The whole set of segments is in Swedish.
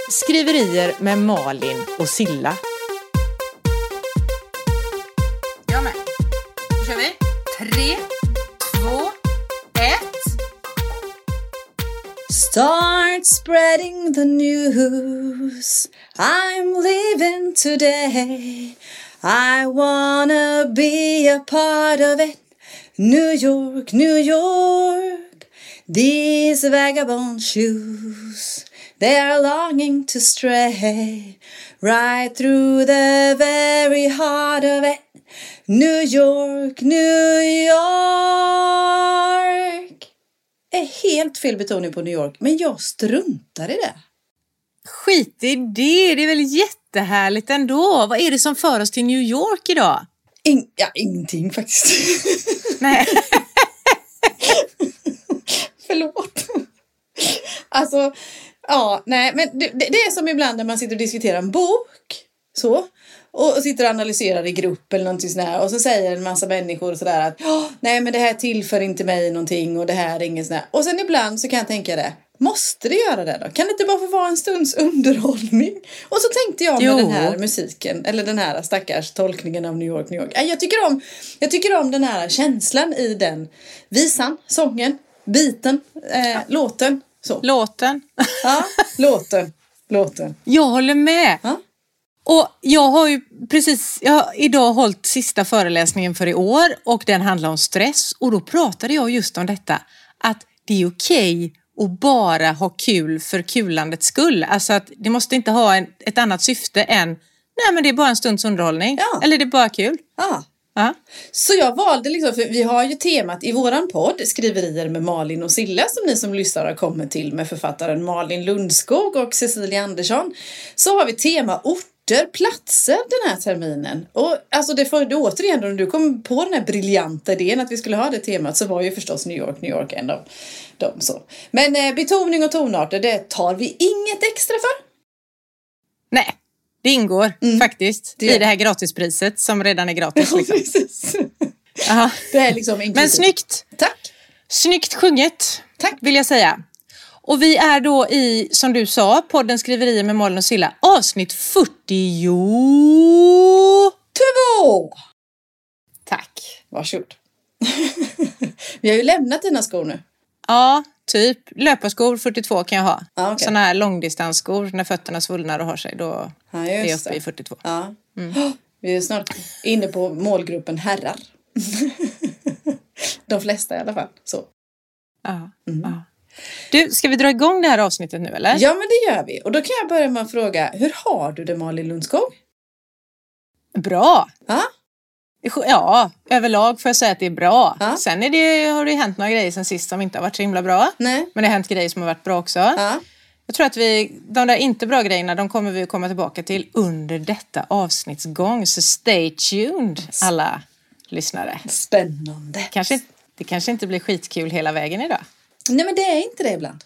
Skriverier med Malin och Silla. Jag med. Då kör vi. 3, 2, 1. Start spreading the news. I'm leaving today. I wanna be a part of it. New York, New York. These vagabond shoes, they are longing to stray right through the very heart of it. New York, New York. Är helt fel betoning på New York, men jag struntar i det. Skit i det, det är väl jättehärligt ändå. Vad är det som för oss till New York idag? Ingenting faktiskt. Nej. Förlåt. Alltså, ja, nej, men det är som ibland när man sitter och diskuterar en bok, så, och sitter och analyserar i grupp eller någonting sånt här, och så säger en massa människor sådär att nej, men det här tillför inte mig någonting och det här är inget sånt här. Och sen ibland så kan jag tänka det, måste det göra det då? Kan det inte bara få vara en stunds underhållning? Och så tänkte jag med den här musiken, eller den här stackars tolkningen av New York, New York. Jag tycker om den här känslan i den visan, sången, biten, låten. Så. Låten. Ja, låten. Jag håller med. Ja? Och jag har ju jag har idag hållit sista föreläsningen för i år och den handlar om stress. Och då pratade jag just om detta, att det är okej att bara ha kul för kulandets skull. Alltså att det måste inte ha ett annat syfte än, nej men det är bara en stunds underhållning. Ja. Eller det är bara kul. Ja. Ja. Så jag valde liksom, för vi har ju temat i våran podd, Skriverier med Malin och Silla, som ni som lyssnar har kommit till med författaren Malin Lundskog och Cecilia Andersson. Så har vi tema orter, platser den här terminen. Och alltså det återigen, när du kom på den här briljanta idén att vi skulle ha det temat, så var ju förstås New York en av dem så. Men betoning och tonarter, det tar vi inget extra för. Nej. Det ingår faktiskt i det här gratispriset som redan är gratis. Liksom. Precis. Aha. Det är liksom inklusive. Men snyggt. Tack. Snyggt sjunget. Tack. Vill jag säga. Och vi är då i, som du sa, podden Skriverier med Malin och Silla. Avsnitt 42. Tack. Varsågod. Vi har ju lämnat dina skor nu. Ja, typ. Löparskor 42 kan jag ha. Ah, okay. Sådana här långdistansskor när fötterna svullnar och har sig. Då är jag uppe i 42. Ja. Vi är snart inne på målgruppen herrar. De flesta i alla fall. Så. Ja. Du, ska vi dra igång det här avsnittet nu eller? Ja, men det gör vi. Och då kan jag börja med att fråga, hur har du det, Malin Lundskog? Bra. Ja. Ja, överlag får jag säga att det är bra. Ja. Sen har det hänt några grejer sen sist som inte har varit så himla bra. Nej. Men det har hänt grejer som har varit bra också. Ja. Jag tror att de där inte bra grejerna, de kommer vi komma tillbaka till under detta avsnittsgång. Så stay tuned, alla lyssnare. Spännande. Det kanske inte blir skitkul hela vägen idag. Nej, men det är inte det ibland.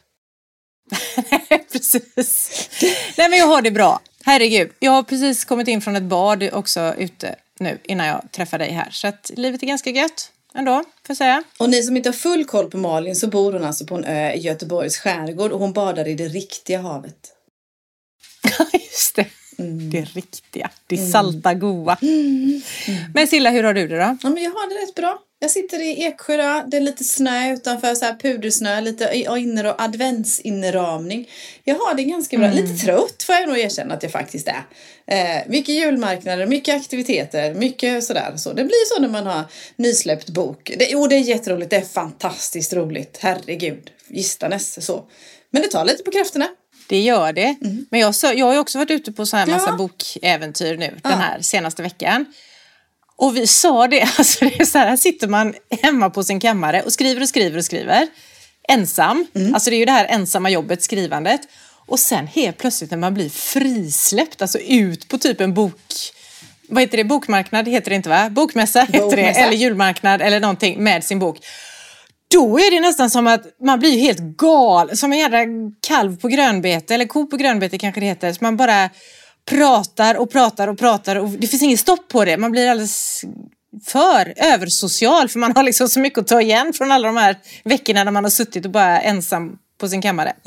Precis. Nej, men jag har det bra. Herregud, jag har precis kommit in från ett bad också ute nu innan jag träffar dig här. Så att livet är ganska gött ändå, får jag säga. Och ni som inte har full koll på Malin, så bor hon alltså på en ö i Göteborgs skärgård. Och hon badar i det riktiga havet. Just det. Det riktiga. Det salta goa. Men Silla, hur har du det då? Ja, men jag har det rätt bra. Jag sitter i Eksjö, det är lite snö utanför, så här pudersnö, lite adventsinramning. Jag har det ganska bra. Lite trött får jag nog erkänna att jag faktiskt är. Mycket julmarknader, mycket aktiviteter, mycket sådär. Så det blir så när man har nysläppt bok. Det är jätteroligt, det är fantastiskt roligt. Herregud, gistanes så. Men det tar lite på krafterna. Det gör det. Men jag har ju också varit ute på så här massa bokäventyr nu den här senaste veckan. Och vi sa det, alltså det är så här sitter man hemma på sin kammare och skriver. Ensam. Alltså det är ju det här ensamma jobbet, skrivandet. Och sen helt plötsligt när man blir frisläppt, alltså ut på typ en vad heter det? Bokmarknad heter det inte va? Bokmässa heter det. Eller julmarknad eller någonting med sin bok. Då är det nästan som att man blir helt gal. Som en jävla kalv på grönbete. Eller ko på grönbete kanske det heter. Så man bara pratar. Och det finns ingen stopp på det. Man blir alldeles för översocial. För man har liksom så mycket att ta igen från alla de här veckorna när man har suttit och bara ensam på sin kammare. Ja.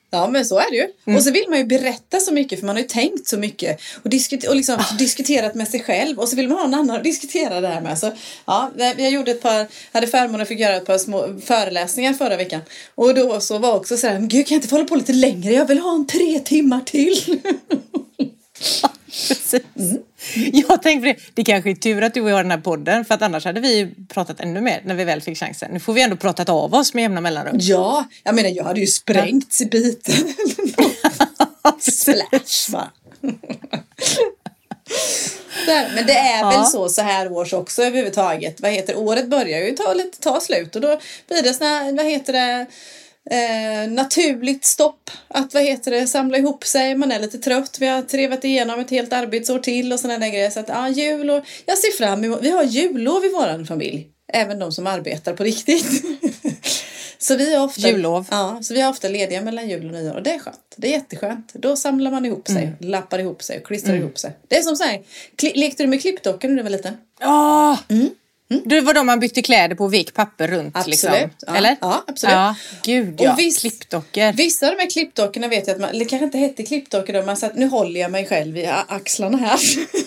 Ja, men så är det ju. Och så vill man ju berätta så mycket, för man har ju tänkt så mycket och liksom diskuterat med sig själv, och så vill man ha en annan att diskutera det här med. Så ja, jag hade förmånen att fick göra ett par små föreläsningar förra veckan, och då så var också så här, gud, kan jag inte få hålla på lite längre? Jag vill ha en 3 timmar till. Precis. Jag tänkte det kanske är tur att du och jag har den här podden, för att annars hade vi pratat ännu mer när vi väl fick chansen. Nu får vi ändå pratat av oss med jämna mellanrum. Ja, jag menar, jag hade ju sprängts i biten. Splash, va? Men det är väl så här års också överhuvudtaget. Året börjar ju ta slut, och då blir det såna, naturligt stopp att samla ihop sig. Man är lite trött, vi har trevat igenom ett helt arbetsår till och såna där grejer. Så att jul, och jag ser fram emot, vi har jullov i våran familj, även de som arbetar på riktigt. Så vi är ofta jullov. Ja, så vi är ofta lediga mellan jul och nyår, och det är skönt. Det är jätteskönt. Då samlar man ihop sig, lappar ihop sig och klistrar ihop sig. Det är som så här, lekte du med klippdockor när du var liten? Ja. Det var då man bytte kläder på och vek papper runt. Absolut. Liksom. Ja. Eller? Ja, absolut. Ja, gud ja. Klippdockor. Vissa av de här klippdockorna vet jag att det kanske inte hette klippdockor då. Man satt, nu håller jag mig själv i axlarna här.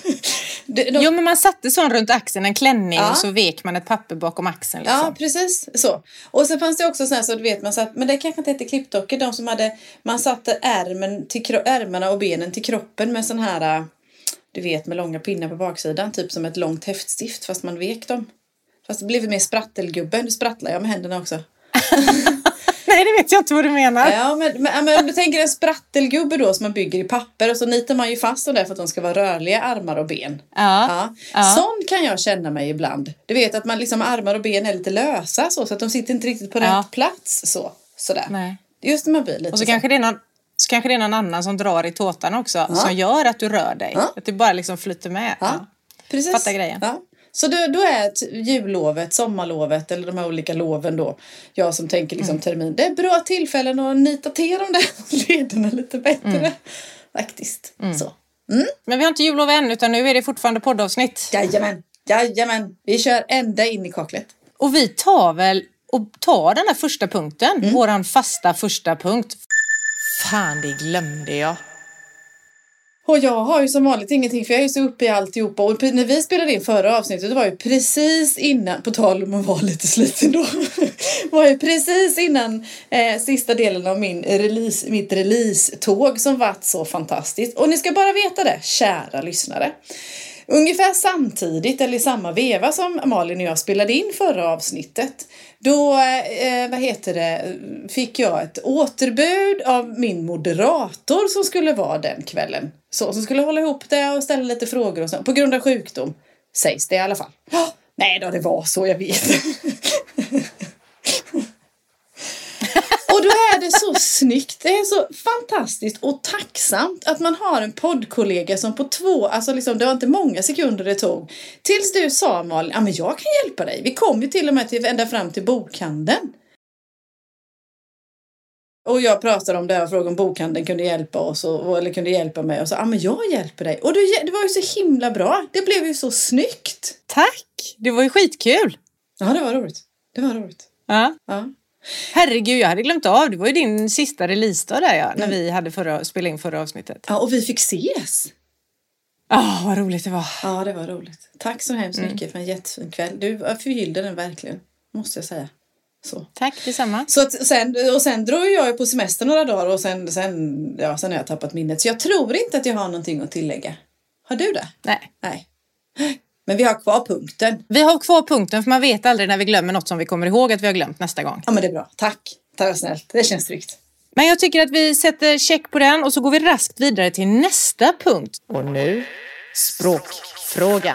Jo, men man satte sån runt axeln, en klänning, och så vek man ett papper bakom axeln. Liksom. Ja, precis. Så. Och sen fanns det också så här, så du vet, man satt, men det kanske inte hette klippdockor. De som man satte ärmarna och benen till kroppen med sån här, du vet, med långa pinnar på baksidan. Typ som ett långt häftstift, fast man vek dem. Fast det blev mer sprattelgubbe. Nu sprattlar jag med händerna också. Nej, det vet jag inte vad du menar. Ja, men om du tänker en sprattelgubbe då, som man bygger i papper, och så nitar man ju fast dem där för att de ska vara rörliga, armar och ben. Ja. Sån kan jag känna mig ibland. Du vet att man liksom, armar och ben är lite lösa så att de sitter inte riktigt på rätt plats. Sådär. Nej. Just när man blir lite och så. Kanske det är någon annan som drar i tåtarna också, som gör att du rör dig. Att du bara liksom flyter med. Ja. Precis. Fattar grejen. Ja. Så då är jullovet, sommarlovet eller de här olika loven då, jag som tänker liksom termin, det är bra tillfällen att nita till de där lederna lite bättre. Faktiskt. Så. Men vi har inte jullov än, utan nu är det fortfarande poddavsnitt. Jajamän. Vi kör ända in i kaklet. Och vi tar den här första punkten, våran fasta första punkt. Fan, det glömde jag. Och jag har ju som vanligt ingenting, för jag är ju så uppe i alltihopa. Och när vi spelade in förra avsnittet, det var ju precis innan, på tal om att vara lite sliten då, var ju precis innan sista delen av mitt release-tåg som varit så fantastiskt. Och ni ska bara veta det, kära lyssnare. Ungefär samtidigt, eller i samma veva som Malin och jag spelade in förra avsnittet, då fick jag ett återbud av min moderator som skulle vara den kvällen. Som skulle hålla ihop det och ställa lite frågor och så, på grund av sjukdom. Sägs det i alla fall. Nej då, det var så, jag vet. Och då är det så snyggt, det är så fantastiskt och tacksamt att man har en poddkollega som på det var inte många sekunder det tog. Tills du sa, Malin, men jag kan hjälpa dig. Vi kom ju till och med ända fram till bokhandeln. Och jag pratade om det och frågade om bokhandeln kunde hjälpa oss eller kunde hjälpa mig. Och så, men jag hjälper dig. Och det var ju så himla bra. Det blev ju så snyggt. Tack! Det var ju skitkul. Ja, det var roligt. Ja. Herregud, jag hade glömt av. Det var ju din sista releasedag där, när vi hade spelat in förra avsnittet. Ja, och vi fick ses. Vad roligt det var. Ja, det var roligt. Tack så hemskt mycket för en jättefin kväll. Du förgyllde den verkligen, måste jag säga. Så. Tack, detsamma. Sen drog jag ju på semester några dagar och sen har jag tappat minnet. Så jag tror inte att jag har någonting att tillägga. Har du det? Nej. Men vi har kvar punkten. Vi har kvar punkten, för man vet aldrig när vi glömmer något som vi kommer ihåg att vi har glömt nästa gång. Ja, men det är bra. Tack snällt. Det känns tryggt. Men jag tycker att vi sätter check på den och så går vi raskt vidare till nästa punkt. Och nu, språkfrågan.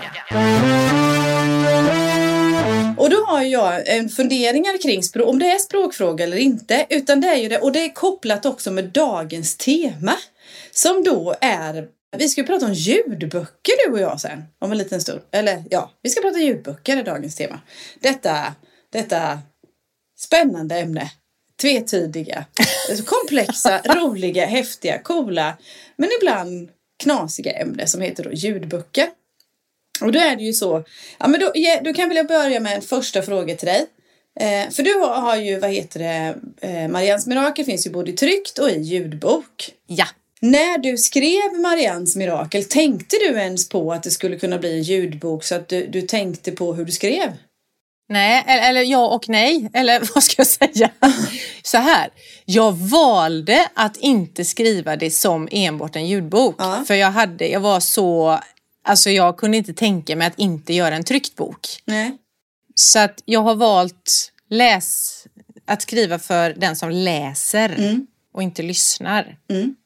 Och då har jag en funderingar kring om det är språkfråga eller inte. Utan det är ju det, och det är kopplat också med dagens tema. Som då är, vi ska prata om ljudböcker du och jag sen, om en liten stund. Eller ja, vi ska prata ljudböcker i dagens tema. Detta spännande ämne. Tvetydiga, komplexa, roliga, häftiga, coola, men ibland knasiga ämne som heter då ljudböcker. Och då är det ju så, men då kan jag börja med en första fråga till dig. För du har ju, Mariannes mirakel finns ju både i tryckt och i ljudbok. Ja. När du skrev Mariannes mirakel, tänkte du ens på att det skulle kunna bli en ljudbok så att du tänkte på hur du skrev? Nej, eller ja och nej. Eller vad ska jag säga? Så här. Jag valde att inte skriva det som enbart en ljudbok. Ja. För jag var så... Alltså jag kunde inte tänka mig att inte göra en tryckt bok. Nej. Så att jag har valt att skriva för den som läser och inte lyssnar. Mm.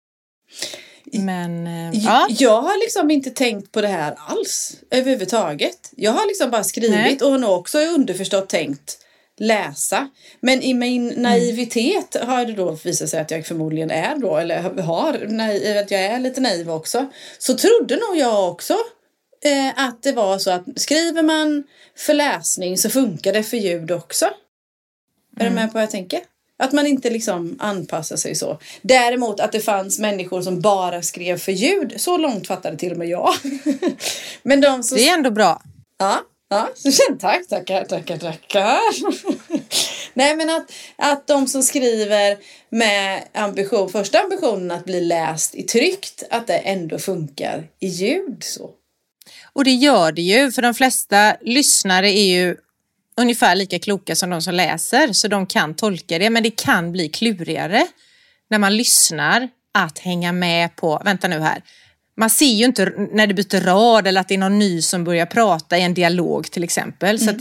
Men jag har liksom inte tänkt på det här alls överhuvudtaget. Jag har liksom bara skrivit och har nog också underförstått tänkt läsa. Men i min naivitet har det då visat sig att jag förmodligen är då, eller att jag är lite naiv också. Så trodde nog jag också att det var så att skriver man för läsning så funkar det för ljud också. Är du med på vad jag tänker? Att man inte liksom anpassar sig så. Däremot att det fanns människor som bara skrev för ljud. Så långt fattade till och med jag. Men de som... Det är ändå bra. Ja, tackar. Nej, men att de som skriver med första ambitionen att bli läst i tryckt, att det ändå funkar i ljud så. Och det gör det ju, för de flesta lyssnare är ju ungefär lika kloka som de som läser, så de kan tolka det. Men det kan bli klurigare när man lyssnar att hänga med på, vänta nu här. Man ser ju inte när det byter rad eller att det är någon ny som börjar prata i en dialog till exempel. Så att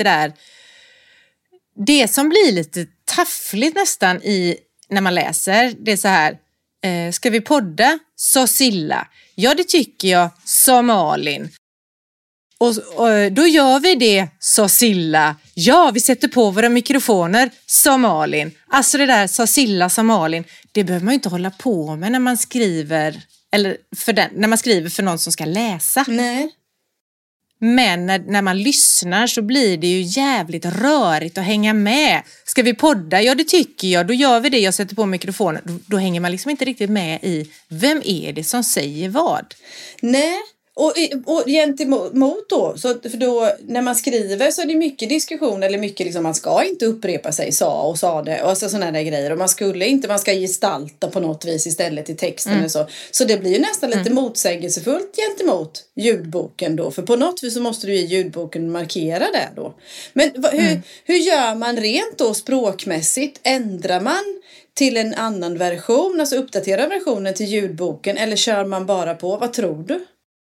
det som blir lite taffligt nästan när man läser, det är så här, ska vi podda? Sa Silla. Ja, det tycker jag, sa Malin. Och då gör vi det, sa Silla. Ja, vi sätter på våra mikrofoner, sa Malin. Alltså det där, sa Silla, sa Malin. Det behöver man ju inte hålla på med när man skriver, eller när man skriver för någon som ska läsa. Nej. Men när man lyssnar så blir det ju jävligt rörigt att hänga med. Ska vi podda? Ja, det tycker jag. Då gör vi det. Jag sätter på mikrofonen. Då hänger man liksom inte riktigt med i vem är det som säger vad. Nej. Och gentemot då, för då när man skriver så är det mycket diskussion eller mycket liksom, man ska inte upprepa sig, sa det och alltså sådana där grejer, och man ska gestalta på något vis istället i texten eller så det blir ju nästan lite motsägelsefullt gentemot ljudboken då, för på något vis så måste du i ljudboken markera det då. Men hur gör man rent då språkmässigt? Ändrar man till en annan version, alltså uppdaterar versionen till ljudboken, eller kör man bara på? Vad tror du?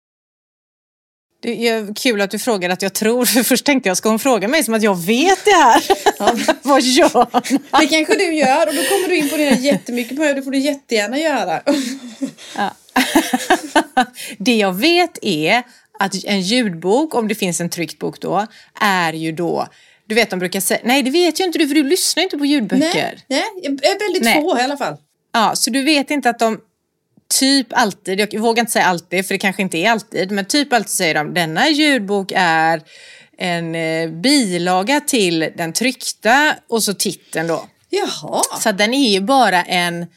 Det är kul att du frågar att jag tror. Först tänkte jag, ska hon fråga mig som att jag vet det här? Ja. Vad gör man? Det kanske du gör, och då kommer du imponera jättemycket på mig. Det får du jättegärna göra. Ja. Det jag vet är att en ljudbok, om det finns en tryckt bok då, är ju då... Du vet, de brukar säga... Nej, det vet ju inte du, för du lyssnar inte på ljudböcker. Nej, jag är väldigt få i alla fall. Ja, så du vet inte att de... Typ alltid, jag vågar inte säga alltid för det kanske inte är alltid, men typ alltid säger de, denna ljudbok är en bilaga till den tryckta och så titeln då. Jaha. Så den är ju bara en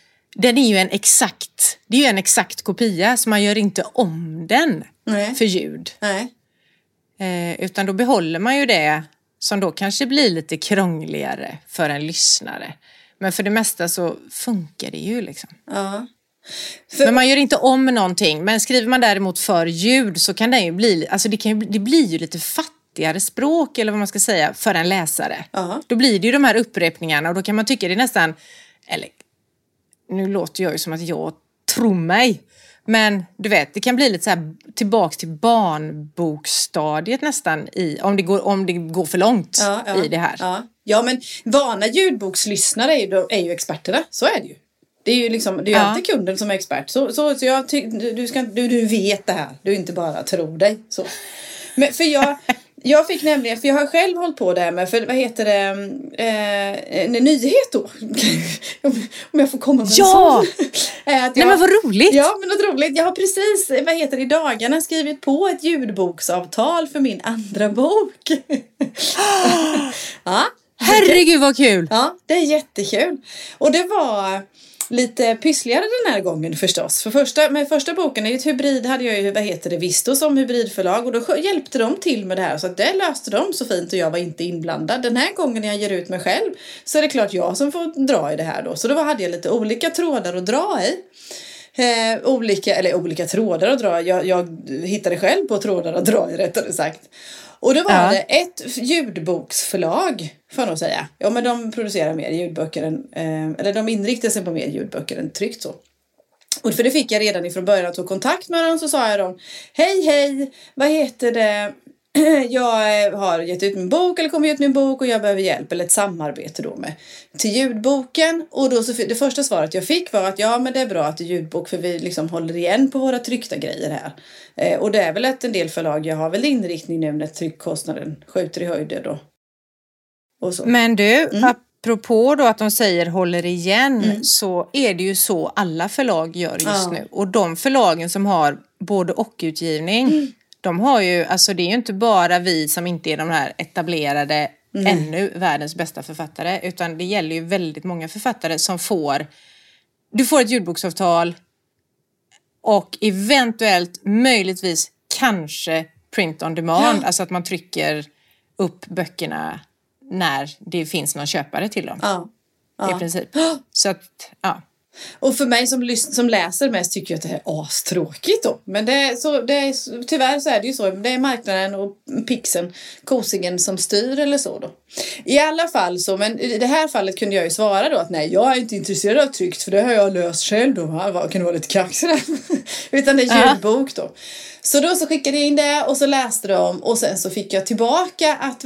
exakt kopia, så man gör inte om den för ljud. Nej. Utan då behåller man ju det som då kanske blir lite krångligare för en lyssnare. Men för det mesta så funkar det ju liksom. Ja. Men man gör inte om någonting. Men skriver man däremot för ljud så kan det ju bli, alltså det blir ju lite fattigare språk eller vad man ska säga för en läsare. Då blir det ju de här upprepningarna, och då kan man tycka det är nästan, eller nu låter jag ju som att jag tror mig, men du vet, det kan bli lite så här tillbaks till barnbokstadiet nästan om det går för långt i det här. Ja, men vana ljudbokslyssnare är ju experterna, så är det ju. Det är ju liksom, det är alltid kunden som är expert. Så du vet det här. Du inte bara tror dig. Så. Men för jag fick nämligen, för jag har själv hållit på det här med, för vad heter det, en nyhet då. Om jag får komma med en sån. Nej, men vad roligt. Ja, men något roligt. Jag har precis, i dagarna skrivit på ett ljudboksavtal för min andra bok. Ja. Herregud vad kul! Ja, det är jättekul. Och det var... lite pyssligare den här gången förstås. Med första boken är ju ett hybrid, hade jag ju, Visto som hybridförlag, och då hjälpte de till med det här, så att det löste de så fint och jag var inte inblandad. Den här gången när jag ger ut mig själv så är det klart jag som får dra i det här då. Så då hade jag lite olika trådar att dra i. Olika trådar att dra. Jag hittade själv på trådar att dra i, rättare sagt. Och då var det ett ljudboksförlag, får jag nog säga. Ja, men de producerar mer ljudböcker eller de inriktar sig på mer ljudböcker än tryckt så. Och för det fick jag redan ifrån början, att ta kontakt med dem, så sa jag dem: hej, vad heter det? Jag har gett ut min bok, eller kommer ge ut min bok, och jag behöver hjälp eller ett samarbete då till ljudboken. Och då det första svaret jag fick var att ja, men det är bra att det är ljudbok, för vi liksom håller igen på våra tryckta grejer här. Och det är väl en del förlag, jag har väl inriktning nu när tryckkostnaden skjuter i höjden då. Och så. Men du, apropå då att de säger håller igen, så är det ju så alla förlag gör just nu. Och de förlagen som har både och utgivning, de har ju, alltså det är ju inte bara vi som inte är de här etablerade ännu världens bästa författare, utan det gäller ju väldigt många författare som du får ett ljudboksavtal och eventuellt, möjligtvis, kanske print on demand, alltså att man trycker upp böckerna när det finns någon köpare till dem. I princip. Så att, Och för mig som läser mest tycker jag att det här är astråkigt då. Men tyvärr så är det ju så. Det är marknaden och pixeln, kosingen som styr eller så då. I alla fall så, men i det här fallet kunde jag ju svara då att nej, jag är inte intresserad av tryckt, för det har jag löst själv då. Kan det vara lite kaxigt? Utan det är ljudbok då. Så då så skickade jag in det och så läste de, och sen så fick jag tillbaka att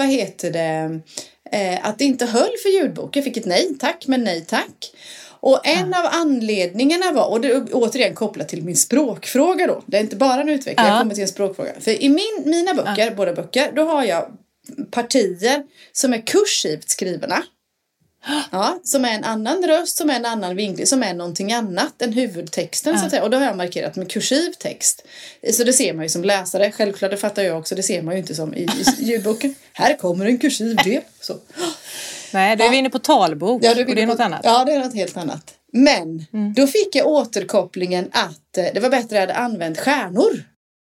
att det inte höll för ljudbok. Jag fick ett nej tack, men nej tack. Och en av anledningarna var, och det är återigen kopplat till min språkfråga då. Det är inte bara en utveckling, jag kommer till en språkfråga. För i mina böcker, båda böcker, då har jag partier som är kursivt skrivna. Ja, som är en annan röst, som är en annan vinkling, som är någonting annat än huvudtexten så att säga. Och då har jag markerat med kursiv text. Så det ser man ju som läsare. Självklart, det fattar jag också. Det ser man ju inte som i ljudboken. Här kommer en kursiv del. Så. Nej, då är vi inne på talbok, och det är något annat. Ja, det är något helt annat. Men då fick jag återkopplingen att det var bättre att jag hade använt stjärnor.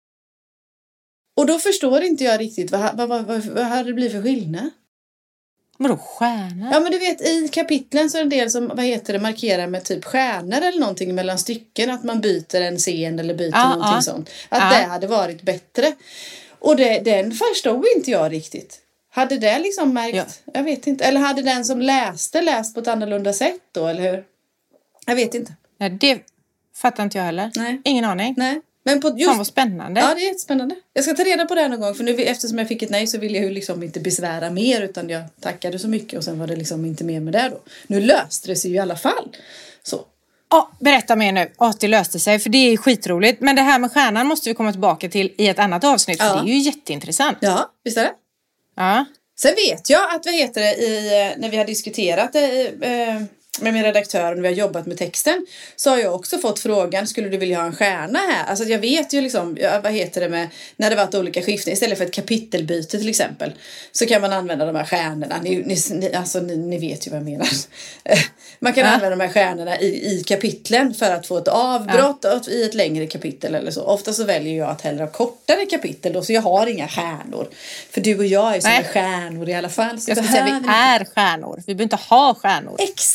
Och då förstår inte jag riktigt vad hade det blivit för skillnad? Vadå stjärnor? Ja, men du vet, i kapitlen så är det en del som, markerar med typ stjärnor eller någonting mellan stycken. Att man byter en scen eller byter någonting sånt. Att det hade varit bättre. Och den förstod inte jag riktigt. Hade det liksom märkt? Ja. Jag vet inte. Eller hade den som läst på ett annorlunda sätt då, eller hur? Jag vet inte. Ja, det fattar inte jag heller. Nej. Ingen aning. Nej. Men fan vad spännande. Ja, det är jättespännande. Jag ska ta reda på det någon gång. För nu, eftersom jag fick ett nej, så vill jag ju liksom inte besvära mer. Utan jag tackade så mycket. Och sen var det liksom inte mer med det då. Nu löste det sig ju i alla fall. Så. Ja, berätta mer nu. Det löste sig. För det är skitroligt. Men det här med stjärnan måste vi komma tillbaka till i ett annat avsnitt. För det är ju jätteintressant. Ja, visst är det? Ja. Sen vet jag att när vi har diskuterat med min redaktör och vi har jobbat med texten, så har jag också fått frågan: skulle du vilja ha en stjärna här? Alltså jag vet ju liksom, med när det varit olika skiften, istället för ett kapitelbyte till exempel, så kan man använda de här stjärnorna. Ni vet ju vad jag menar. Man kan använda de här stjärnorna i kapitlen för att få ett avbrott i ett längre kapitel eller så. Ofta så väljer jag att hellre ha kortare kapitel då, så jag har inga stjärnor. För du och jag är som stjärnor i alla fall. Så jag ska säga, vi är stjärnor. Vi behöver inte ha stjärnor.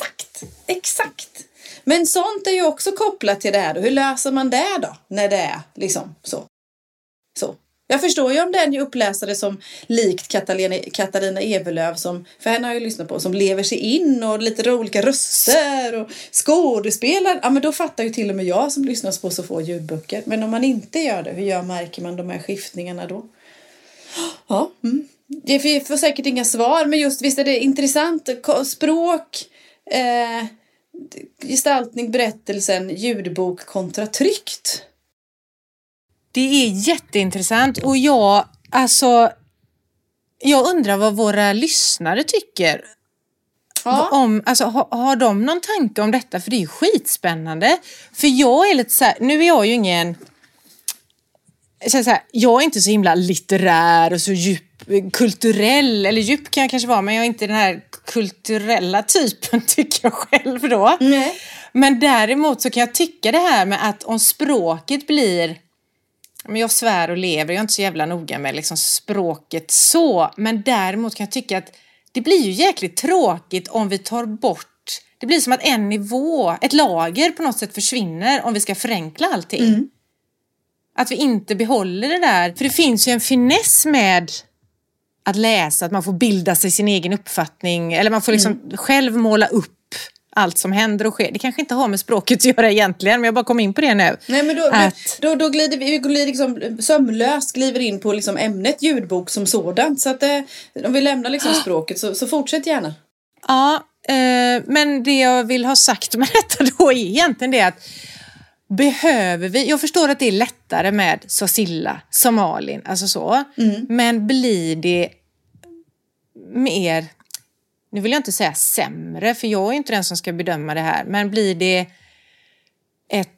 Exakt. Men sånt är ju också kopplat till det här. Hur löser man det då? När det är liksom så. Jag förstår ju om den ju uppläsare som likt Katarina Evelöv, som, för henne har jag ju lyssnat på, som lever sig in och lite olika röster och skådespelare. Ja, men då fattar ju till och med jag som lyssnar på så få ljudböcker. Men om man inte gör det, hur märker man de här skiftningarna då? Ja, jag får säkert inga svar, men just visst är det intressant. Språk, gestaltning, berättelsen, ljudbok kontra tryckt. Det är jätteintressant, och jag undrar vad våra lyssnare tycker. Ja. Har de någon tanke om detta? För det är ju skitspännande. För jag är lite så här, nu är jag ju ingen, jag är inte så himla litterär och så kulturell, eller djup kan jag kanske vara, men jag är inte den här kulturella typen, tycker jag själv då. Nej. Men däremot så kan jag tycka det här med att om språket blir... Men jag svär och lever, jag är inte så jävla noga med liksom språket så. Men däremot kan jag tycka att det blir ju jäkligt tråkigt om vi tar bort... Det blir som att en nivå, ett lager på något sätt försvinner om vi ska förenkla allting. Att vi inte behåller det där. För det finns ju en finess med att läsa, att man får bilda sig sin egen uppfattning. Eller man får liksom själv måla upp allt som händer och sker. Det kanske inte har med språket att göra egentligen, men jag bara kom in på det nu. Nej, men då glider vi liksom sömlöst glider in på liksom ämnet ljudbok som sådant. Så att om vi lämnar liksom språket så fortsätt gärna. Ja, men det jag vill ha sagt med detta då är egentligen det att behöver vi, jag förstår att det är lättare med Sosilla, Somalin, alltså så. Men blir det mer, nu vill jag inte säga sämre, för jag är inte den som ska bedöma det här, men blir det ett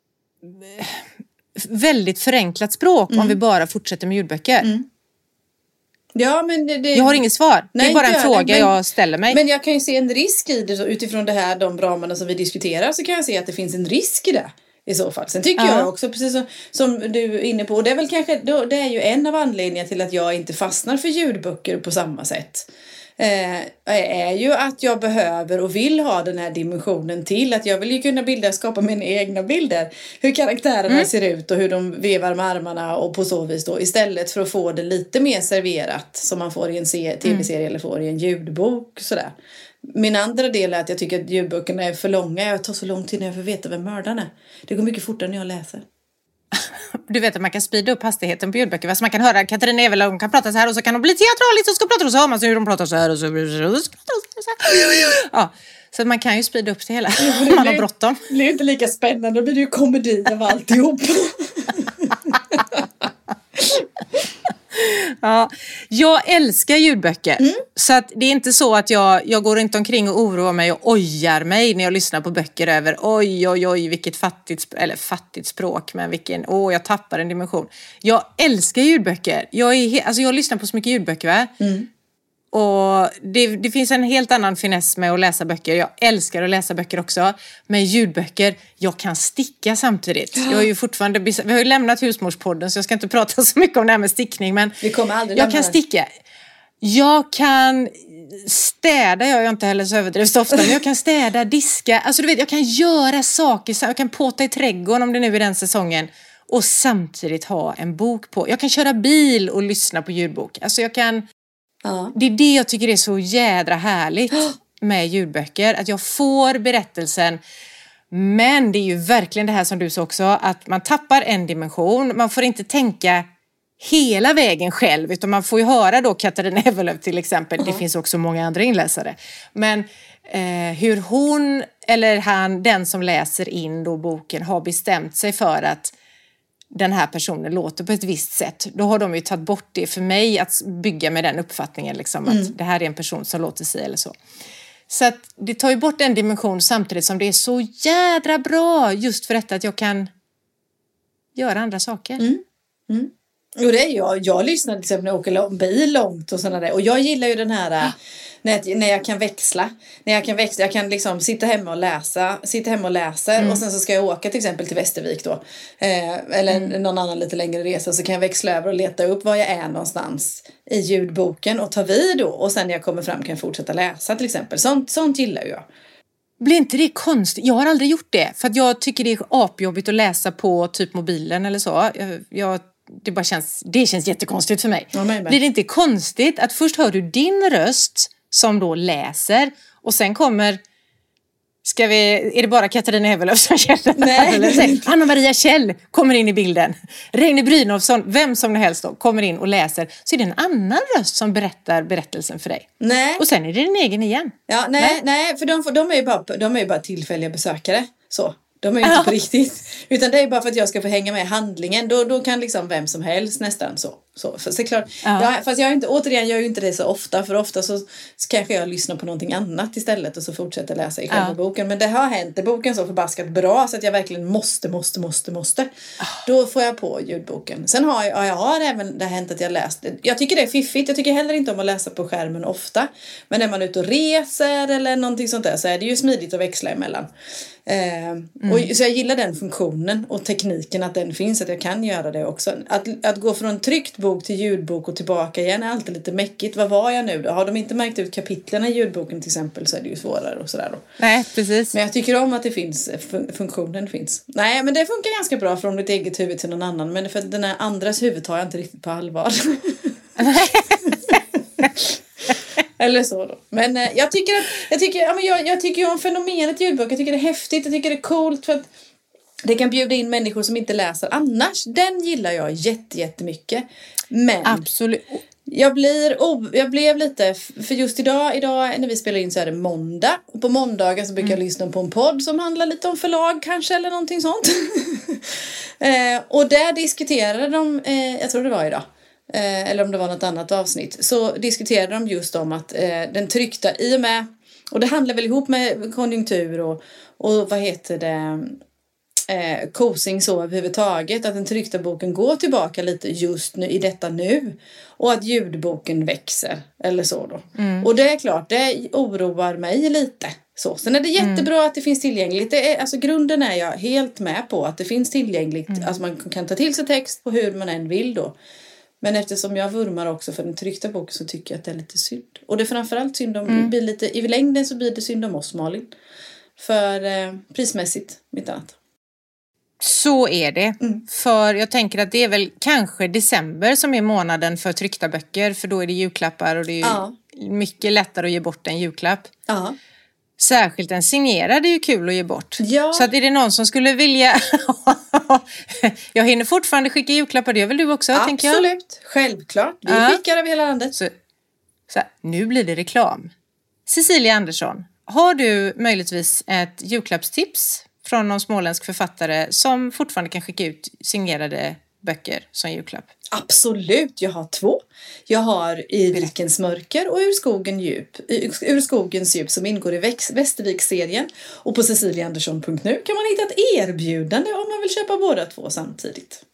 väldigt förenklat språk om vi bara fortsätter med ljudböcker? Ja, men jag har inget svar. Nej, det är bara en fråga jag ställer mig. Men jag kan ju se en risk i det, så utifrån det här, de ramarna som vi diskuterar, så kan jag se att det finns en risk i det. I så fall. Sen tycker jag också, precis som du är inne på, och det är väl kanske, det är ju en av anledningarna till att jag inte fastnar för ljudböcker på samma sätt. Är ju att jag behöver och vill ha den här dimensionen till att jag vill ju kunna skapa mina egna bilder, hur karaktärerna ser ut och hur de vevar med armarna och på så vis då, istället för att få det lite mer serverat som man får i en tv-serie eller får i en ljudbok sådär. Min andra del är att jag tycker att ljudböckerna är för långa. Jag tar så lång tid när jag får veta vem mördaren är. Det går mycket fortare när jag läser. Du vet att man kan speeda upp hastigheten på ljudböcker. Så man kan höra Katarina Evelöv, hon kan prata så här och så kan de bli teatraliskt och så pratar de så här, man så hur de pratar så här och så ja, så man kan ju speeda upp det hela om man har bråttom. Det blir inte lika spännande, då blir det ju komedi av alltihop. Ja, jag älskar ljudböcker. Så att det är inte så att jag går inte omkring och oroar mig och ojar mig när jag lyssnar på böcker över oj, vilket fattigt språk, men jag tappar en dimension. Jag älskar ljudböcker. Jag lyssnar på så mycket ljudböcker, va? Och det finns en helt annan finess med att läsa böcker. Jag älskar att läsa böcker också. Men ljudböcker, jag kan sticka samtidigt. Jag är ju fortfarande, vi har ju lämnat husmorspodden, så jag ska inte prata så mycket om det här med stickning. Men vi kommer aldrig jag kan sticka. Jag kan städa, jag är inte heller så överdrivet ofta. Men jag kan städa, diska. Alltså du vet, jag kan göra saker. Jag kan påta i trädgården om det nu är den säsongen. Och samtidigt ha en bok på. Jag kan köra bil och lyssna på ljudbok. Alltså jag kan... Ja. Det är det jag tycker är så jädra härligt med ljudböcker. Att jag får berättelsen. Men det är ju verkligen det här som du sa också. Att man tappar en dimension. Man får inte tänka hela vägen själv. Utan man får ju höra då Katarina Evelöv till exempel. Det finns också många andra inläsare. Men hur hon eller han, den som läser in då boken, har bestämt sig för att den här personen låter på ett visst sätt. Då har de ju tagit bort det för mig att bygga med den uppfattningen. Liksom, att det här är en person som låter sig eller så. Så att det tar ju bort en dimension samtidigt som det är så jädra bra. Just för detta att jag kan göra andra saker. Och det är jag lyssnar till exempel när jag åker bil långt och sådana där. Och jag gillar ju den här när jag kan växla. Jag kan liksom sitta hemma och läsa. Och sen så ska jag åka till exempel till Västervik då. Eller någon annan lite längre resa. Så kan jag växla över och leta upp var jag är någonstans i ljudboken. Och ta vid då. Och sen när jag kommer fram kan jag fortsätta läsa till exempel. Sånt gillar jag. Blir inte det konstigt? Jag har aldrig gjort det. För att jag tycker det är apjobbigt att läsa på typ mobilen eller så. Det känns jättekonstigt för mig. Blir det inte konstigt att först hör du din röst som då läser och sen kommer är det bara Katarina Evelöv som känner? Nej. Anna Maria Kjell kommer in i bilden. Reine Brynolfsson, vem som helst då, kommer in och läser. Så är det en annan röst som berättar berättelsen för dig. Nej. Och sen är det din egen igen. Ja, nej, för de är ju bara tillfälliga besökare. Så. De är inte på riktigt. Utan det är bara för att jag ska få hänga med i handlingen. Då kan liksom vem som helst nästan så. Så är klart. Ja, fast jag gör ju inte det så ofta. För ofta så kanske jag lyssnar på någonting annat istället. Och så fortsätter läsa i själva boken. Men det har hänt i boken så förbaskat bra. Så att jag verkligen måste. Då får jag på ljudboken. Sen har jag även det har hänt att jag läst. Jag tycker det är fiffigt. Jag tycker heller inte om att läsa på skärmen ofta. Men när man är ute och reser eller någonting sånt där. Så är det ju smidigt att växla emellan. Och så jag gillar den funktionen och tekniken att den finns, att jag kan göra det också. Att gå från tryckt bok till ljudbok och tillbaka igen är alltid lite mäckigt. Vad var jag nu då? Har de inte märkt ut kapitlen i ljudboken till exempel, så är det ju svårare och sådär då. Nej, precis. Men jag tycker om att det finns, funktionen finns. Nej, men det funkar ganska bra från ditt eget huvud till någon annan. Men för den här andras huvud tar jag inte riktigt på allvar. Eller så då. Men jag tycker om fenomenet ljudbok. Jag tycker det är häftigt. Jag tycker det är coolt för att det kan bjuda in människor som inte läser annars. Den gillar jag jättemycket. Men absolut. Jag blev lite, för just idag när vi spelar in så är det måndag. Och på måndagar så brukar jag lyssna på en podd som handlar lite om förlag kanske eller någonting sånt. Och där diskuterade de, jag tror det var idag. Eller om det var något annat avsnitt, så diskuterade de just om att den tryckta i och med, och det handlar väl ihop med konjunktur och vad heter det, kosing så överhuvudtaget, att den tryckta boken går tillbaka lite just nu i detta nu och att ljudboken växer eller så då. Och det är klart, det oroar mig lite. Så. Sen är det jättebra att det finns tillgängligt. Alltså grunden är jag helt med på att det finns tillgängligt, alltså man kan ta till sig text på hur man än vill då. Men eftersom jag vurmar också för den tryckta boken så tycker jag att det är lite synd. Och det är framförallt synd om, blir lite, i längden så blir det synd om oss, Malin. För prismässigt, mitt annat. Så är det. För jag tänker att det är väl kanske december som är månaden för tryckta böcker. För då är det julklappar och det är ju mycket lättare att ge bort en julklapp. Ja. Särskilt en signerad är ju kul att ge bort. Ja. Så att är det någon som skulle vilja... jag hinner fortfarande skicka julklappar, det vill du också, tänker jag. Absolut, självklart. Vi skickar över hela landet. Så nu blir det reklam. Cecilia Andersson, har du möjligtvis ett julklappstips från någon småländsk författare som fortfarande kan skicka ut signerade böcker som julklapp? Absolut, jag har 2. Jag har I rikens mörker och Ur skogens djup som ingår i Västervik-serien. Och på ceciliaandersson.nu kan man hitta ett erbjudande om man vill köpa båda 2 samtidigt.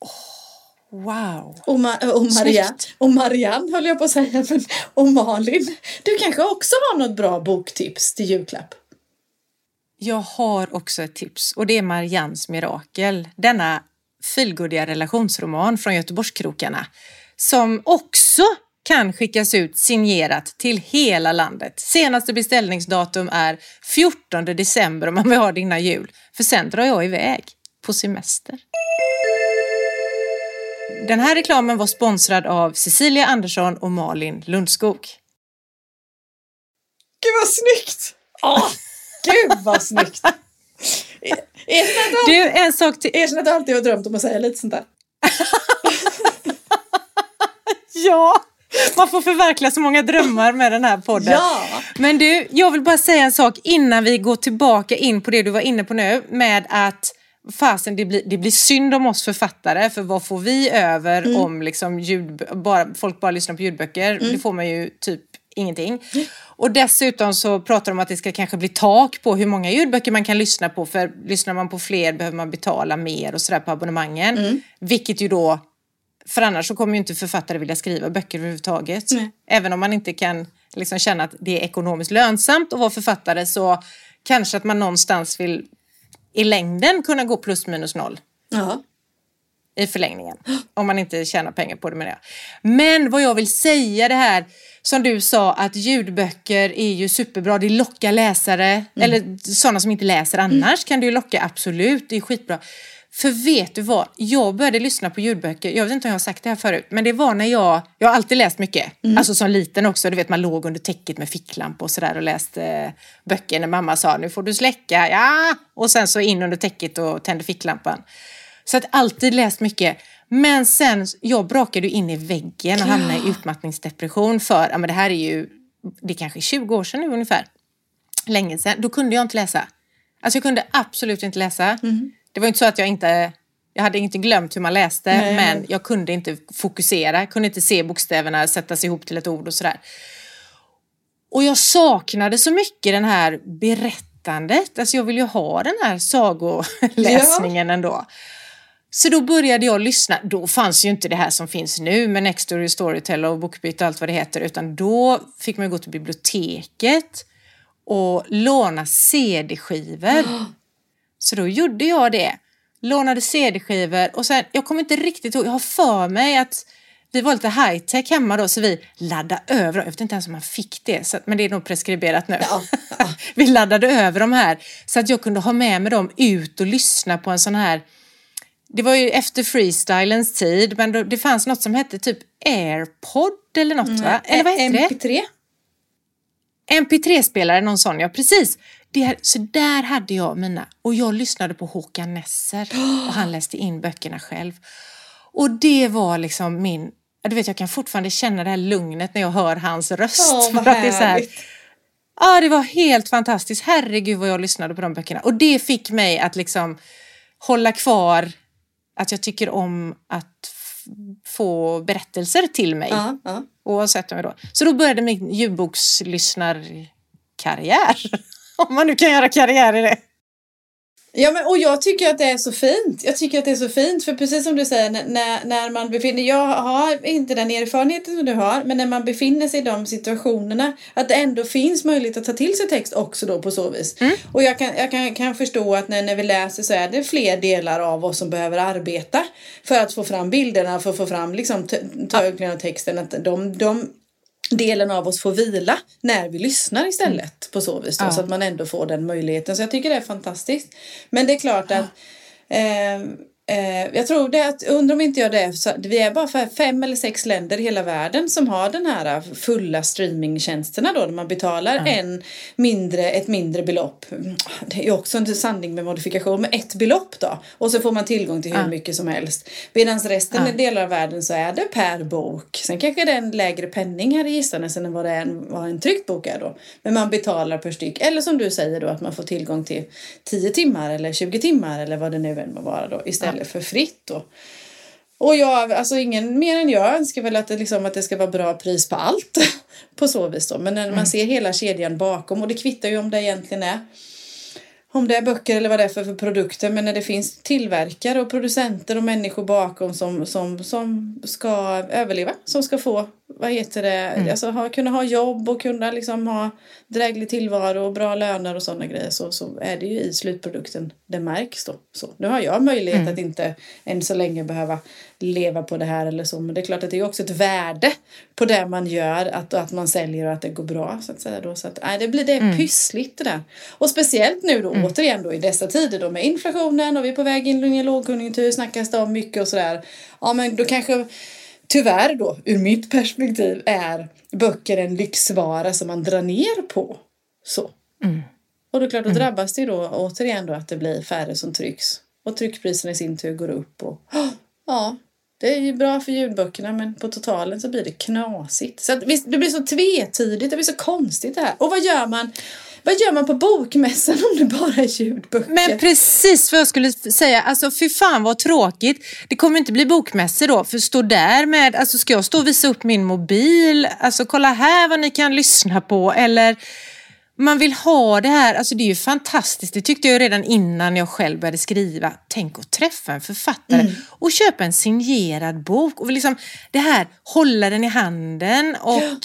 Wow. Och Marianne höll jag på att säga. Och Malin, du kanske också har något bra boktips till julklapp? Jag har också ett tips och det är Mariannes mirakel. Denna fylgodiga relationsroman från Göteborgskrokarna som också kan skickas ut signerat till hela landet. Senaste beställningsdatum är 14 december om man vill ha det innan jul. För sen drar jag iväg på semester. Den här reklamen var sponsrad av Cecilia Andersson och Malin Lundskog. Gud vad snyggt! Gud vad snyggt! Erkänn att du alltid har drömt om att säga lite sånt där. Ja, man får förverkliga så många drömmar med den här podden. Ja. Men du, jag vill bara säga en sak innan vi går tillbaka in på det du var inne på nu. Med att det blir synd om oss författare. För vad får vi över om liksom folk bara lyssnar på ljudböcker? Det får man ju typ ingenting. Och dessutom så pratar de om att det ska kanske bli tak på hur många ljudböcker man kan lyssna på. För lyssnar man på fler behöver man betala mer och sådär på abonnemangen. Vilket ju då, för annars så kommer ju inte författare vilja skriva böcker överhuvudtaget. Även om man inte kan liksom känna att det är ekonomiskt lönsamt att vara författare, så kanske att man någonstans vill i längden kunna gå plus minus noll. Ja. I förlängningen. Om man inte tjänar pengar på det med det. Men vad jag vill säga, det här som du sa, att ljudböcker är ju superbra. Det lockar läsare. Eller sådana som inte läser annars kan det ju locka, absolut. Det är skitbra. För vet du vad? Jag började lyssna på ljudböcker. Jag vet inte om jag har sagt det här förut. Men det var när jag har alltid läst mycket. Alltså som liten också. Du vet, man låg under täcket med ficklampa och sådär och läste böcker. När mamma sa, nu får du släcka. Ja! Och sen så in under täcket och tände ficklampan. Så att alltid läst mycket. Men sen, jag brakade in i väggen och hamnade i utmattningsdepression för, men det här är ju, det är kanske 20 år sedan nu ungefär. Länge sedan. Då kunde jag inte läsa. Alltså jag kunde absolut inte läsa. Det var inte så att jag inte Jag hade inte glömt hur man läste, men jag kunde inte fokusera. Kunde inte se bokstäverna sättas ihop till ett ord och sådär. Och jag saknade så mycket den här berättandet. Alltså jag vill ju ha den här sagoläsningen ändå. Så då började jag lyssna. Då fanns ju inte det här som finns nu med Nextory, Storytel och Bookbeat och allt vad det heter. Utan då fick man gå till biblioteket och låna CD-skivor. Så då gjorde jag det. Lånade CD-skivor och sen, jag kommer inte riktigt ihåg, jag har för mig att vi var lite high-tech hemma då, så vi laddade över, jag vet inte ens om man fick det, så, men det är nog preskriberat nu. Ja. Vi laddade över de här så att jag kunde ha med mig dem ut och lyssna på en sån här, det var ju efter freestylens tid, men det fanns något som hette typ AirPod eller något va? Eller vad heter MP3? MP3-spelare, någon sån, ja precis. Så där hade jag mina, och jag lyssnade på Håkan Nesser och han läste in böckerna själv. Och det var liksom min, du vet jag kan fortfarande känna det här lugnet när jag hör hans röst. För att det är så här, ja det var helt fantastiskt, herregud vad jag lyssnade på de böckerna. Och det fick mig att liksom hålla kvar att jag tycker om att få berättelser till mig. Oavsett om jag då. Så då började min ljudbokslyssnarkarriär. Om man nu kan göra karriär i det. Ja, men, och jag tycker att det är så fint. Jag tycker att det är så fint. För precis som du säger, när man befinner... Jag har inte den erfarenheten som du har. Men när man befinner sig i de situationerna. Att det ändå finns möjlighet att ta till sig text också då på så vis. Och jag kan förstå att när vi läser så är det fler delar av oss som behöver arbeta. För att få fram bilderna. För att få fram liksom, tolkningen av texten. Att de delen av oss får vila när vi lyssnar istället på så vis då, så att man ändå får den möjligheten. Så jag tycker det är fantastiskt. Men det är klart att jag tror det att, undrar om inte jag det, så vi är bara 5 eller 6 länder i hela världen som har den här fulla streamingtjänsterna då, där man betalar ett mindre belopp. Det är också en sanning med modifikation, med ett belopp då. Och så får man tillgång till hur mycket som helst. Medan resten av delar av världen så är det per bok. Sen kanske det är en lägre penning här i Gissanes än vad en tryckt bok är då. Men man betalar per styck. Eller som du säger då, att man får tillgång till 10 timmar eller 20 timmar eller vad det nu än må vara då, istället för fritt då. Och jag, alltså ingen mer än jag önskar väl att det ska vara bra pris på allt på så vis då. Men när man ser hela kedjan bakom, och det kvittar ju om det egentligen är, om det är böcker eller vad det är för produkter, men när det finns tillverkare och producenter och människor bakom som ska överleva, som ska få, alltså kunna ha jobb och kunna liksom ha dräglig tillvaro och bra löner och sådana grejer, så är det ju i slutprodukten det märks då. Så nu har jag möjlighet att inte än så länge behöva leva på det här eller så, men det är klart att det är också ett värde på det man gör, att man säljer och att det går bra så att säga då, så att det är pyssligt det där. Och speciellt nu då återigen då i dessa tider då med inflationen, och vi är på väg in i en lågkonjunktur, snackas det om mycket och sådär. Ja, men då kanske tyvärr då, ur mitt perspektiv, är böcker en lyxvara som man drar ner på. Så. Och då klart, då drabbas det ju då återigen då att det blir färre som trycks. Och tryckpriserna i sin tur går upp. Och, ja, det är ju bra för ljudböckerna, men på totalen så blir det knasigt. Så att, visst, det blir så tvetydigt, det blir så konstigt det här. Och vad gör man? Vad gör man på bokmässan om det bara är ljudböcker? Men precis vad jag skulle säga. Alltså fy fan vad tråkigt. Det kommer inte bli bokmässor då. För stå där med, alltså ska jag stå och visa upp min mobil? Alltså kolla här vad ni kan lyssna på. Eller man vill ha det här. Alltså det är ju fantastiskt. Det tyckte jag redan innan jag själv började skriva. Tänk att träffa en författare. Och köpa en signerad bok. Och liksom det här, hålla den i handen.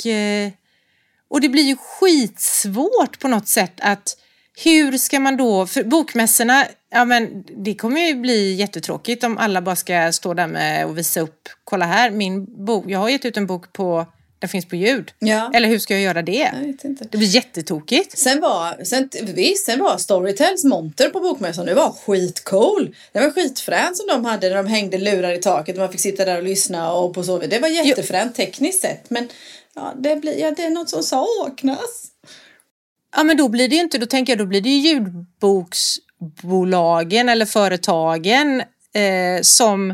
Och det blir ju skitsvårt på något sätt att hur ska man då, för bokmässorna, ja men det kommer ju bli jättetråkigt om alla bara ska stå där med och visa upp, kolla här, min bok, jag har gett ut en bok på, den finns på ljud. Ja. Eller hur ska jag göra det? Jag vet inte. Det blir jättetokigt. Sen var Storytels monter på bokmässan, det var skitcool. Det var skitfränt som de hade när de hängde lurar i taket och man fick sitta där och lyssna och på så. Det var jättefränt tekniskt sett, men ja, det är något som saknas. Ja, men då blir det ju inte, då tänker jag, då blir det ju ljudboksbolagen eller företagen som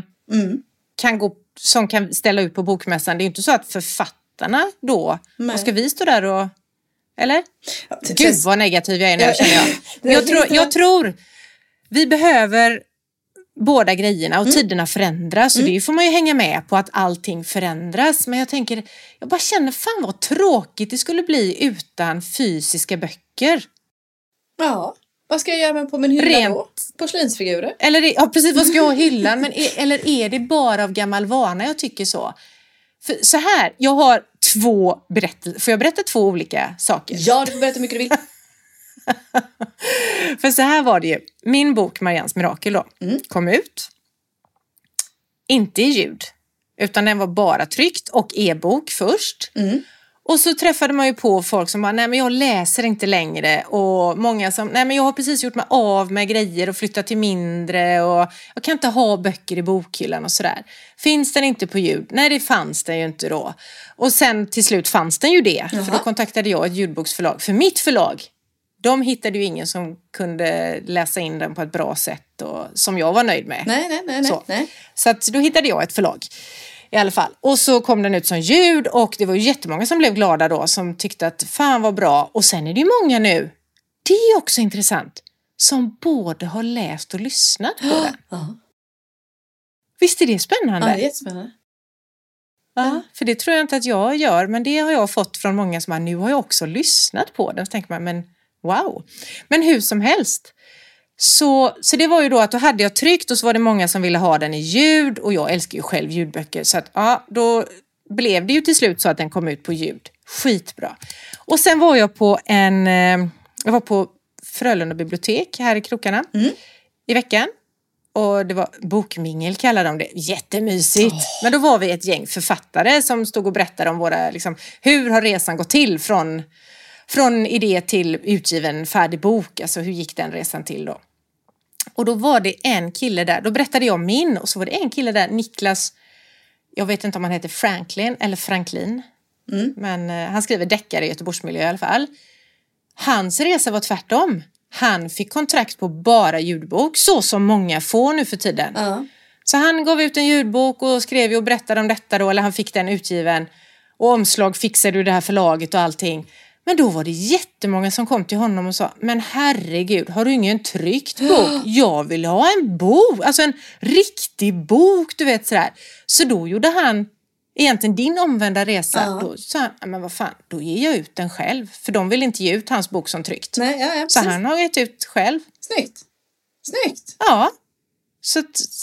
kan ställa ut på bokmässan. Det är ju inte så att författarna då, och ska vi stå där och, eller? Ja, Gud vad negativ jag är nu, känner jag. Jag tror vi behöver båda grejerna och tiderna förändras och det får man ju hänga med på att allting förändras. Men jag bara känner fan vad tråkigt det skulle bli utan fysiska böcker. Ja, vad ska jag göra på min hylla då? Porslinsfigurer? Ja, precis, vad ska jag ha i hyllan? Men eller är det bara av gammal vana jag tycker så? För så här, jag har 2 berättelser. Får jag berätta 2 olika saker? Ja, du får berätta hur mycket du vill. För så här var det ju. Min bok Marians mirakel då kom ut. Inte i ljud. Utan den var bara tryckt och e-bok först. Och så träffade man ju på folk som bara, nej men jag läser inte längre. Och många som, nej men jag har precis gjort mig av med grejer och flyttat till mindre. Och jag kan inte ha böcker i bokhyllan och sådär. Finns den inte på ljud? Nej, det fanns den ju inte då. Och sen till slut fanns den ju det. För då kontaktade jag ett ljudboksförlag. För mitt förlag, de hittade ju ingen som kunde läsa in den på ett bra sätt. Och, som jag var nöjd med. Nej. Så att då hittade jag ett förlag. I alla fall. Och så kom den ut som ljud och det var ju jättemånga som blev glada då. Som tyckte att fan vad bra. Och sen är det ju många nu. Det är också intressant. Som både har läst och lyssnat på den. Visst är det spännande? Ja, det är jättespännande. Ja, för det tror jag inte att jag gör. Men det har jag fått från många som har, nu har jag också lyssnat på den. Så tänker man, men wow. Men hur som helst. Så det var ju då att då hade jag tryckt och så var det många som ville ha den i ljud och jag älskar ju själv ljudböcker så att ja, då blev det ju till slut så att den kom ut på ljud. Skitbra. Och sen var jag på Frölunda bibliotek här i krokarna i veckan och det var bokmingel kallar de det. Jättemysigt. Men då var vi ett gäng författare som stod och berättade om våra liksom, hur har resan gått till från idé till utgiven färdig bok. Alltså hur gick den resan till då? Och då var det en kille där. Då berättade jag min. Och så var det en kille där. Niklas. Jag vet inte om han heter Franklin eller Franklin. Men han skriver deckare i Göteborgsmiljö i alla fall. Hans resa var tvärtom. Han fick kontrakt på bara ljudbok. Så som många får nu för tiden. Så han gav ut en ljudbok och skrev och berättade om detta då. Eller han fick den utgiven. Och omslag fixade du det här förlaget och allting. Men då var det jättemånga som kom till honom och sa, men herregud, har du ingen tryckt bok? Jag vill ha en bok, alltså en riktig bok, du vet sådär. Så då gjorde han egentligen din omvända resa. Då sa han, men vad fan, då ger jag ut den själv. För de vill inte ge ut hans bok som tryckt. Nej, så han har gett ut själv. Snyggt. Ja. Så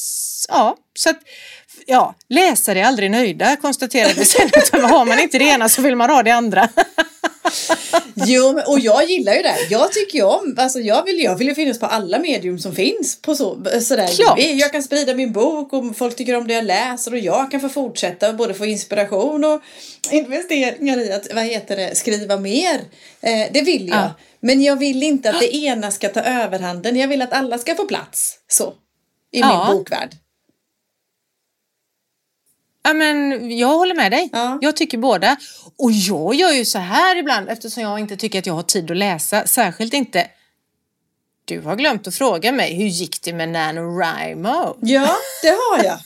att läsare är aldrig nöjda, konstaterade vi sen. Utan har man inte det ena så vill man ha det andra. Jo, och jag gillar ju det. Jag tycker ju om, alltså jag vill ju finnas på alla medium som finns på sådär. Klart. Jag kan sprida min bok och folk tycker om det jag läser och jag kan få fortsätta och både få inspiration och investeringar i att, skriva mer. Det vill jag. Men jag vill inte att det ena ska ta överhanden. Jag vill att alla ska få plats i min bokvärld. Ja, men jag håller med dig. Jag tycker båda. Och jag gör ju så här ibland eftersom jag inte tycker att jag har tid att läsa. Särskilt inte. Du har glömt att fråga mig. Hur gick det med NaNoWriMo? Ja, det har jag.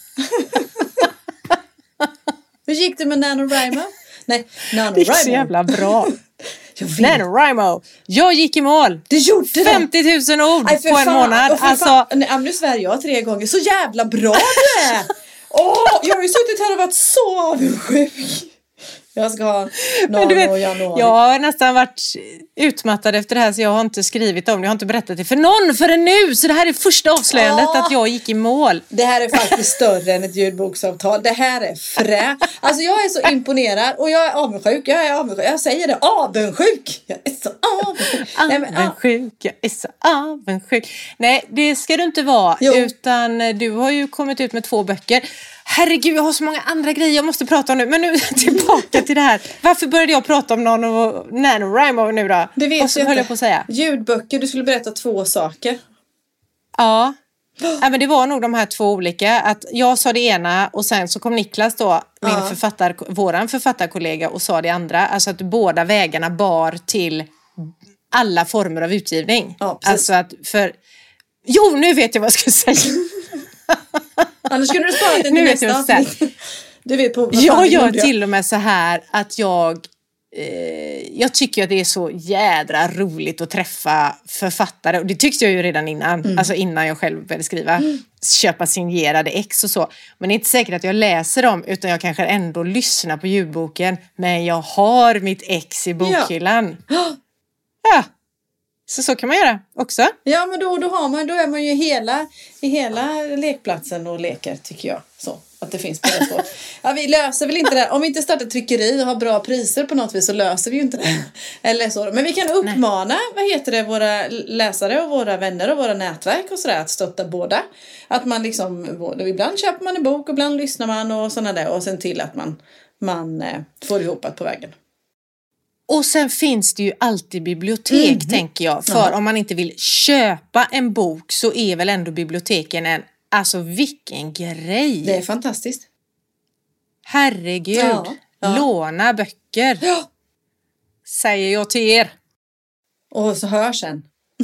Hur gick det med NaNoWriMo? Nej, NaNoWriMo. Det gick så jävla bra. NaNoWriMo. Jag gick i mål. Du gjorde det. 50 000 ord på en månad. Alltså, nu svär jag 3 gånger. Så jävla bra du är. Jag har ju suttit här och varit så avundsjuk. Jag ska ha januari. Jag har nästan varit utmattad efter det här så jag har inte skrivit om det. Jag har inte berättat det för någon förrän nu. Så det här är första avslöjandet att jag gick i mål. Det här är faktiskt större än ett ljudboksavtal. Det här är Alltså jag är så imponerad och jag är avundsjuk. Jag säger det, avundsjuk. Jag är så avundsjuk. Jag är så avundsjuk. Nej, det ska du inte vara. Utan du har ju kommit ut med 2 böcker. Herregud, jag har så många andra grejer jag måste prata om nu. Men nu tillbaka till det här. Varför började jag prata om NaNoWriMo nu då? Det vet och så höll jag på att säga. Ljudböcker, du skulle berätta 2 saker. Ja. Men det var nog de här 2 olika. Att jag sa det ena och sen så kom Niklas då, våran författarkollega och sa det andra. Alltså att båda vägarna bar till alla former av utgivning. Ja, alltså att Jo, nu vet jag vad jag ska säga. Annars skulle du spara det till nästa avsnitt. Du vet jag gör till och med så här att jag tycker att det är så jädra roligt att träffa författare. Och det tyckte jag ju redan innan. Alltså innan jag själv började skriva. Köpa signerade ex och så. Men det är inte säkert att jag läser dem. Utan jag kanske ändå lyssnar på ljudboken. Men jag har mitt ex i bokhyllan. Ja. Så kan man göra också. Ja, men då är man ju i hela lekplatsen och leker, tycker jag. Så, att det finns på det så. Ja, vi löser väl inte det. Om vi inte startar tryckeri och har bra priser på något vis, så löser vi ju inte det. Eller så. Men vi kan uppmana, våra läsare och våra vänner och våra nätverk och sådär, att stötta båda. Att man liksom, ibland köper man en bok och ibland lyssnar man och sådana där. Och sen till att man får ihop att på vägen. Och sen finns det ju alltid bibliotek, tänker jag. För om man inte vill köpa en bok så är väl ändå biblioteken alltså vilken grej. Det är fantastiskt. Herregud. Ja. Låna böcker. Ja. Säger jag till er. Och så hör sen.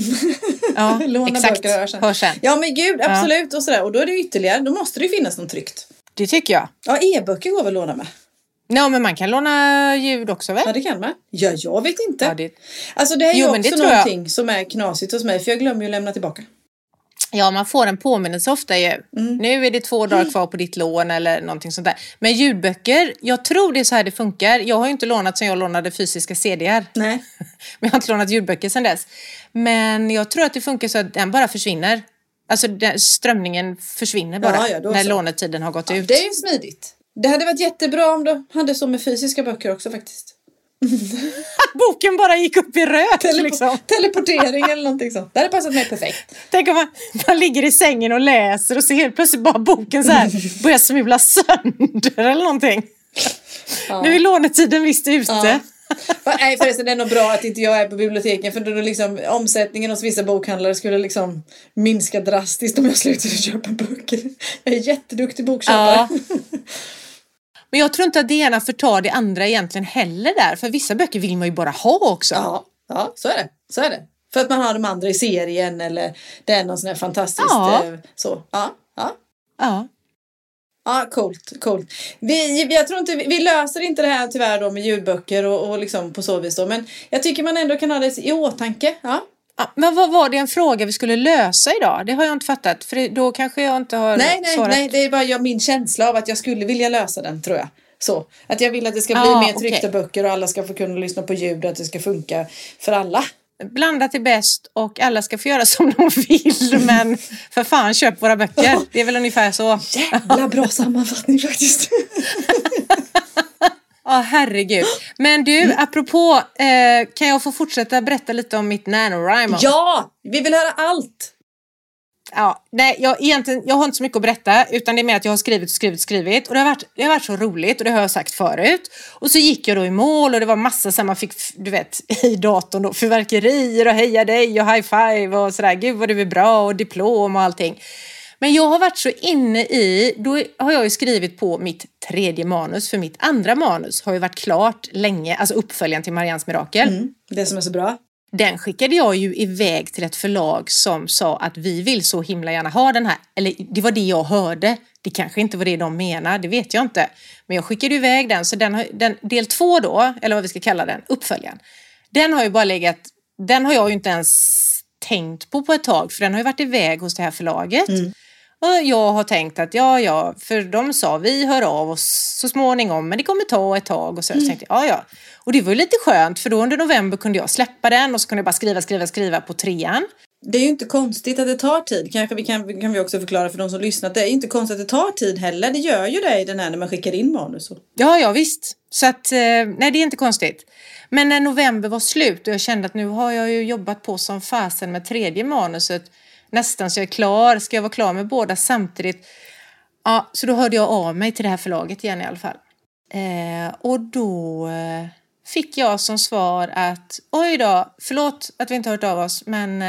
Ja, låna exakt. Böcker hör sen. Ja, men gud, absolut. Ja. Och sådär. Och då är det ytterligare, då måste det ju finnas något tryckt. Det tycker jag. Ja, e-böcker går väl att låna med. Ja, men man kan låna ljud också, väl? Ja, det kan man. Ja, jag vet inte. Ja, alltså det är ju också någonting som är knasigt hos mig. För jag glömmer ju att lämna tillbaka. Ja, man får en påminnelse ofta ju. Nu är det 2 dagar kvar på ditt lån eller någonting sånt där. Men ljudböcker, jag tror det är så här det funkar. Jag har ju inte lånat sen jag lånade fysiska CD:ar. Nej. Men jag har inte lånat ljudböcker sen dess. Men jag tror att det funkar så att den bara försvinner. Alltså strömningen försvinner bara när lånetiden har gått ut. Det är ju smidigt. Det hade varit jättebra om du hade så med fysiska böcker också faktiskt. Att boken bara gick upp i rök liksom. Teleportering eller någonting sånt. Det hade passat mig perfekt. Tänk om man ligger i sängen och läser och så helt plötsligt bara boken så här börjar smula sönder eller någonting. Ja. Nu är lånetiden visst ute. Ja. Nej, förresten, det är nog bra att inte jag är på biblioteken, för då liksom omsättningen hos vissa bokhandlare skulle liksom minska drastiskt om jag slutade köpa böcker. Jag är jätteduktig bokköpare. Ja. Men jag tror inte att det ena förtar det andra egentligen heller där. För vissa böcker vill man ju bara ha också. Ja, så är det. För att man har de andra i serien eller det är någon sån här fantastiskt så. Ja. Ja, coolt. Jag tror inte, vi löser inte det här tyvärr då med ljudböcker och liksom på så vis då. Men jag tycker man ändå kan ha det i åtanke. Ja. Men vad var det en fråga vi skulle lösa idag? Det har jag inte fattat. För då kanske jag inte har svarat. Nej, det är bara min känsla av att jag skulle vilja lösa den, tror jag. Så, att jag vill att det ska bli mer tryckta böcker och alla ska få kunna lyssna på ljud och att det ska funka för alla. Blandat är bäst och alla ska få göra som de vill, men för fan, köp våra böcker. Det är väl ungefär så. Jävla bra sammanfattning faktiskt. Ja, herregud. Men du, apropå, kan jag få fortsätta berätta lite om mitt NaNoWriMo? Ja, vi vill höra allt. Ja, nej, jag har inte så mycket att berätta, utan det är mer att jag har skrivit och det har varit så roligt, och det har jag sagt förut. Och så gick jag då i mål och det var massa så man fick, du vet, i datorn då, fyrverkerier och heja dig och high five och sådär, gud vad du är bra, och diplom och allting. Men jag har varit så inne i, då har jag ju skrivit på mitt 3:e manus, för mitt 2:a manus har ju varit klart länge, alltså uppföljaren till Marians mirakel. Det som är så bra. Den skickade jag ju iväg till ett förlag som sa att vi vill så himla gärna ha den här. Eller det var det jag hörde. Det kanske inte var det de menar, det vet jag inte. Men jag skickade iväg den, så den del 2 då, eller vad vi ska kalla den, uppföljaren. Den har ju bara legat, den har jag ju inte ens tänkt på ett tag, för den har ju varit iväg hos det här förlaget. Och jag har tänkt att för de sa vi hör av oss så småningom, men det kommer ta ett tag, och så tänkte jag, Och det var ju lite skönt, för då under november kunde jag släppa den och så kunde jag bara skriva på 3:an. Det är ju inte konstigt att det tar tid. Kanske kan vi också förklara för de som lyssnar. Det är inte konstigt att det tar tid heller. Det gör ju det i den här när man skickar in manus. Ja, visst. Så att, nej, det är inte konstigt. Men när november var slut och jag kände att nu har jag ju jobbat på som fasen med 3:e manuset. Nästan så jag är klar. Ska jag vara klar med båda samtidigt? Ja, så då hörde jag av mig till det här förlaget igen i alla fall. Och då fick jag som svar att oj då, förlåt att vi inte har hört av oss, men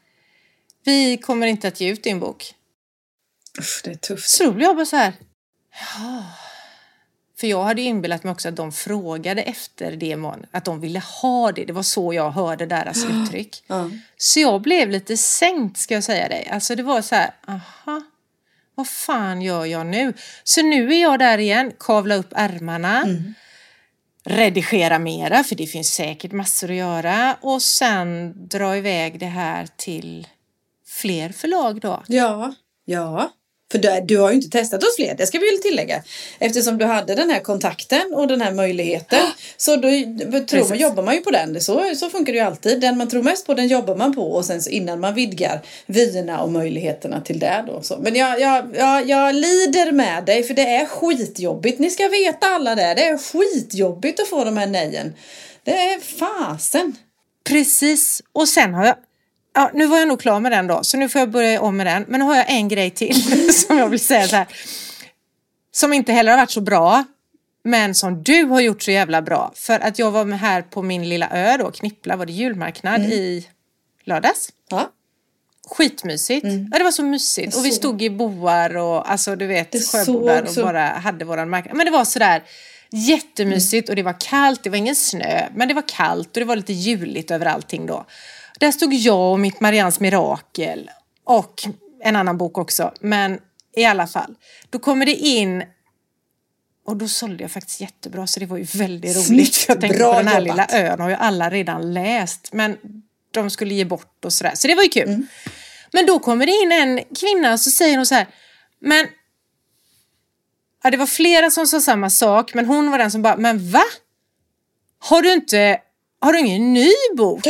vi kommer inte att ge ut din bok. Uff, det är tufft. Så då blev jag bara så här, ja. För jag hade inbillat mig också att de frågade efter det, att de ville ha det. Det var så jag hörde deras uttryck. Så jag blev lite sänkt, ska jag säga dig. Alltså det var så här, vad fan gör jag nu? Så nu är jag där igen, kavla upp ärmarna. redigera mera, för det finns säkert massor att göra. Och sen dra iväg det här till fler förlag då. Ja. För du har ju inte testat hos fler, det ska vi väl tillägga. Eftersom du hade den här kontakten och den här möjligheten. Så då jobbar man ju på den. Så funkar det ju alltid. Den man tror mest på, den jobbar man på. Och sen så innan man vidgar vyerna och möjligheterna till det då. Så. Men jag lider med dig, för det är skitjobbigt. Ni ska veta alla det. Det är skitjobbigt att få de här nejen. Det är fasen. Precis. Och sen har jag... Ja, nu var jag nog klar med den då. Så nu får jag börja om med den. Men nu har jag en grej till som jag vill säga så här. Som inte heller har varit så bra. Men som du har gjort så jävla bra. För att jag var med här på min lilla ö då. Knippla, var det julmarknad i lördags. Ja. Skitmysigt. Ja, det var så mysigt. Och vi stod i boar och alltså du vet sjöbodar och bara hade våran marknad. Men det var sådär jättemysigt och det var kallt. Det var ingen snö, men det var kallt och det var lite juligt över allting då. Där stod jag och mitt Marians mirakel och en annan bok också. Men i alla fall, då kommer det in och då sålde jag faktiskt jättebra, så det var ju väldigt roligt. Jag tänkte på den här lilla ön har ju alla redan läst, men de skulle ge bort och sådär. Så det var ju kul. Men då kommer det in en kvinna och så säger hon så här, men ja, det var flera som sa samma sak, men hon var den som bara, men va? Har du ingen ny bok?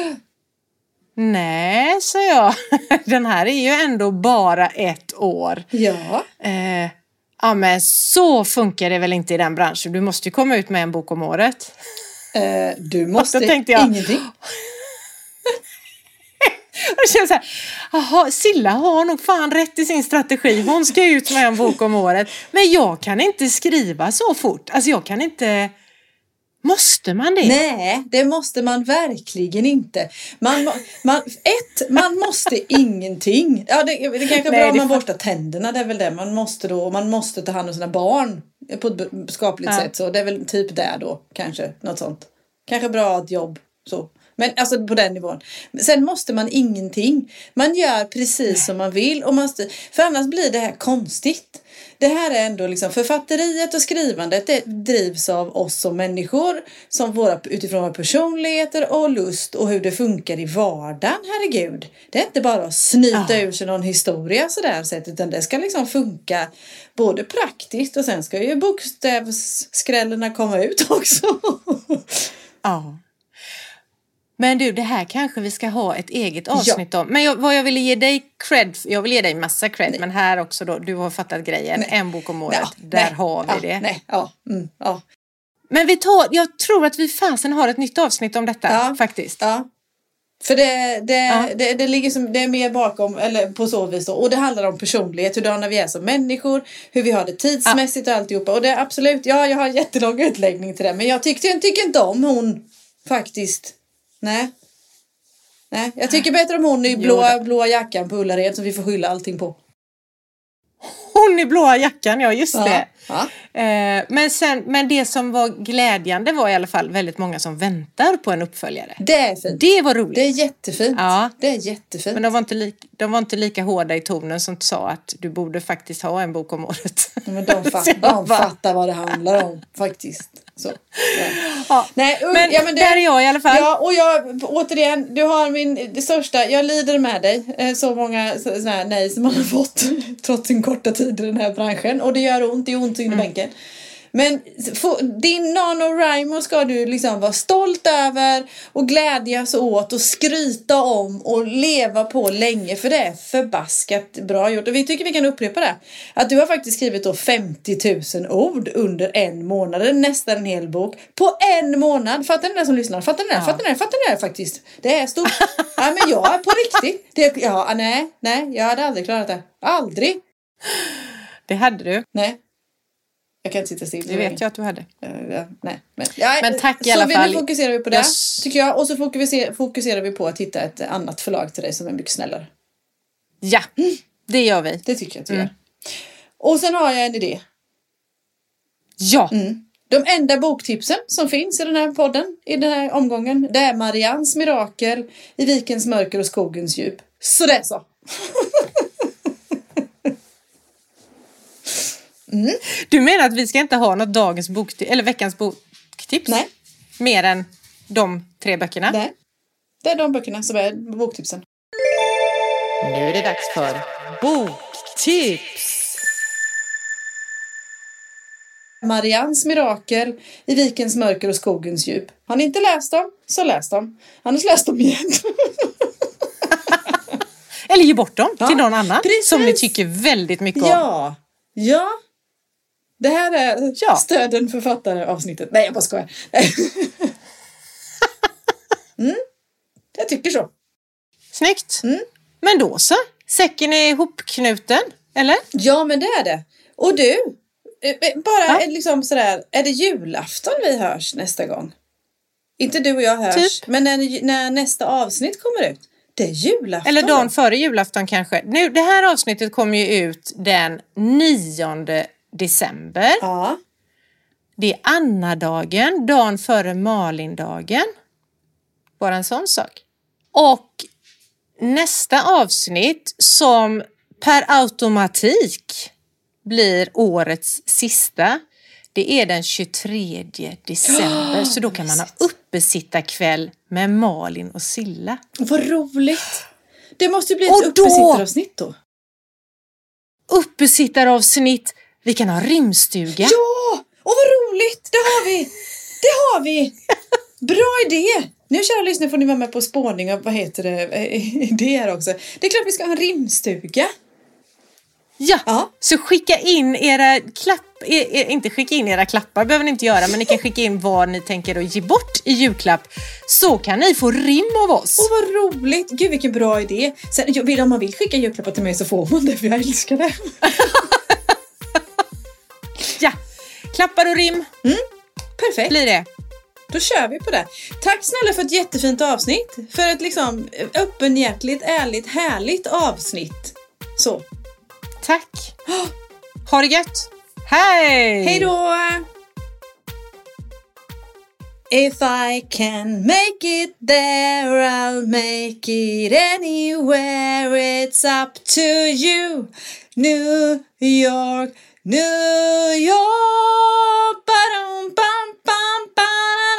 Nej, sa jag. Den här är ju ändå bara 1 år. Ja. Ja, men så funkar det väl inte i den branschen. Du måste ju komma ut med en bok om året. Du måste ingenting. Och det känns så här, aha, Silla har nog fan rätt i sin strategi. Hon ska ut med en bok om året. Men jag kan inte skriva så fort. Alltså jag kan inte... Måste man det? Nej, det måste man verkligen inte. Man måste ingenting. Ja, det kanske är bra om man borstar tänderna. Det är väl det man måste då. Man måste ta hand om sina barn på ett skapligt sätt. Så det är väl typ där då, kanske. Något sånt. Kanske bra ett jobb, så. Men alltså på den nivån. Sen måste man ingenting. Man gör precis som man vill. Och för annars blir det här konstigt. Det här är ändå liksom författeriet och skrivandet, det drivs av oss som människor, som utifrån våra personligheter och lust och hur det funkar i vardagen, herregud. Det är inte bara att snyta ur sig någon historia sådär sett, utan det ska liksom funka både praktiskt och sen ska ju bokstavsskrällerna komma ut också. Ja. Men du, det här kanske vi ska ha ett eget avsnitt om. Men vad jag ville ge dig cred, jag vill ge dig massa cred, men här också då, du har fattat grejen, en bok om året, har vi det. Ja. Men jag tror att vi fasen har ett nytt avsnitt om detta, faktiskt. Ja. För det ligger som, det är mer bakom, eller på så vis då. Och det handlar om personlighet, hur vi är som människor, hur vi har det tidsmässigt och alltihopa. Och det är absolut, jag har en jättelång utläggning till det, men jag tycker inte om hon faktiskt. Nej, jag tycker bättre om hon i blåa jackan på Ullared som vi får skylla allting på. Hon i blåa jackan, ja just det. Ja. Men det som var glädjande var i alla fall väldigt många som väntar på en uppföljare. Det är fint. Det var roligt. Det är jättefint. Ja. Det är jättefint. Men de var inte lika hårda i tonen som sa att du borde faktiskt ha en bok om året. Men de fattar vad det handlar om faktiskt. Så. Ja. Nej, men där är jag i alla fall. Ja, och återigen, du har det största, jag lider med dig. Så många såna här nej som man har fått trots sin korta tid i den här branschen. Och det gör ont, det är ont in i bänken. Men din NaNoWriMo ska du liksom vara stolt över och glädjas åt och skryta om och leva på länge, för det är förbaskat bra gjort. Och vi tycker vi kan upprepa det. Att du har faktiskt skrivit då 50 000 ord under 1 månad, nästan en hel bok på 1 månad. Fattar ni det som lyssnar? Fattar ni det faktiskt? Det är stort. Ja, men jag är på riktigt. Nej, jag hade aldrig klarat det. Aldrig. Det hade du. Nej. Jag kan inte sitta still. Det vet jag att du hade. Nej. Men tack i alla fall. Så nu fokuserar vi på det, tycker jag. Och så fokuserar vi på att hitta ett annat förlag till dig som är mycket snällare. Ja, det gör vi. Det tycker jag att vi gör. Och sen har jag en idé. Ja. De enda boktipsen som finns i den här podden, i den här omgången, det är Marians mirakel, I vikens mörker och skogens djup. Så det är så. Du menar att vi ska inte ha något dagens eller veckans boktips. Nej. Mer än de 3 böckerna. Nej. Det är de böckerna som är boktipsen. Nu är det dags för boktips. Marians mirakel i vikens mörker och skogens djup. Har ni inte läst dem, så läs dem. Annars läs dem igen. Eller ge bort dem till någon annan. Precis. Som ni tycker väldigt mycket om. Ja. Det här är stöden författare avsnittet. Nej, jag bara skojar. Jag tycker så. Snyggt. Men då så. Säcken är ihopknuten, eller? Ja, men det är det. Och du, bara liksom sådär, är det julafton vi hörs nästa gång? Inte du och jag hörs, typ. Men när nästa avsnitt kommer ut, det är julafton. Eller dagen före julafton kanske. Nu, det här avsnittet kommer ju ut den 9 december. Ja. Det är Anna-dagen, dagen före Malin-dagen. Bara en sån sak. Och nästa avsnitt som per automatik blir årets sista, det är den 23 december. Så då kan man ha uppesittarkväll med Malin och Silla. Vad roligt. Det måste bli ett uppesittaravsnitt då. Uppesittaravsnitt. Vi kan ha rimstuga. Ja! Och vad roligt! Det har vi! Bra idé! Nu, kära lyssnare, får ni vara med på spårning av, idéer också. Det är klart vi ska ha en rimstuga. Ja, så skicka in era inte skicka in era klappar behöver ni inte göra, men ni kan skicka in vad ni tänker att ge bort i julklapp, så kan ni få rim av oss. Åh, vad roligt! Gud, vilken bra idé. Sen, om man vill skicka julklappar till mig så får man det, för jag älskar det. Ja, klappar och rim. Perfekt. Blir det. Då kör vi på det. Tack snälla för ett jättefint avsnitt. För ett liksom öppenhjärtligt, ärligt, härligt avsnitt. Så. Tack. Ha det gött. Hej! Hej då! If I can make it there, I'll make it anywhere. It's up to you. New York, New York. Ba-dum, bam, bam, ba.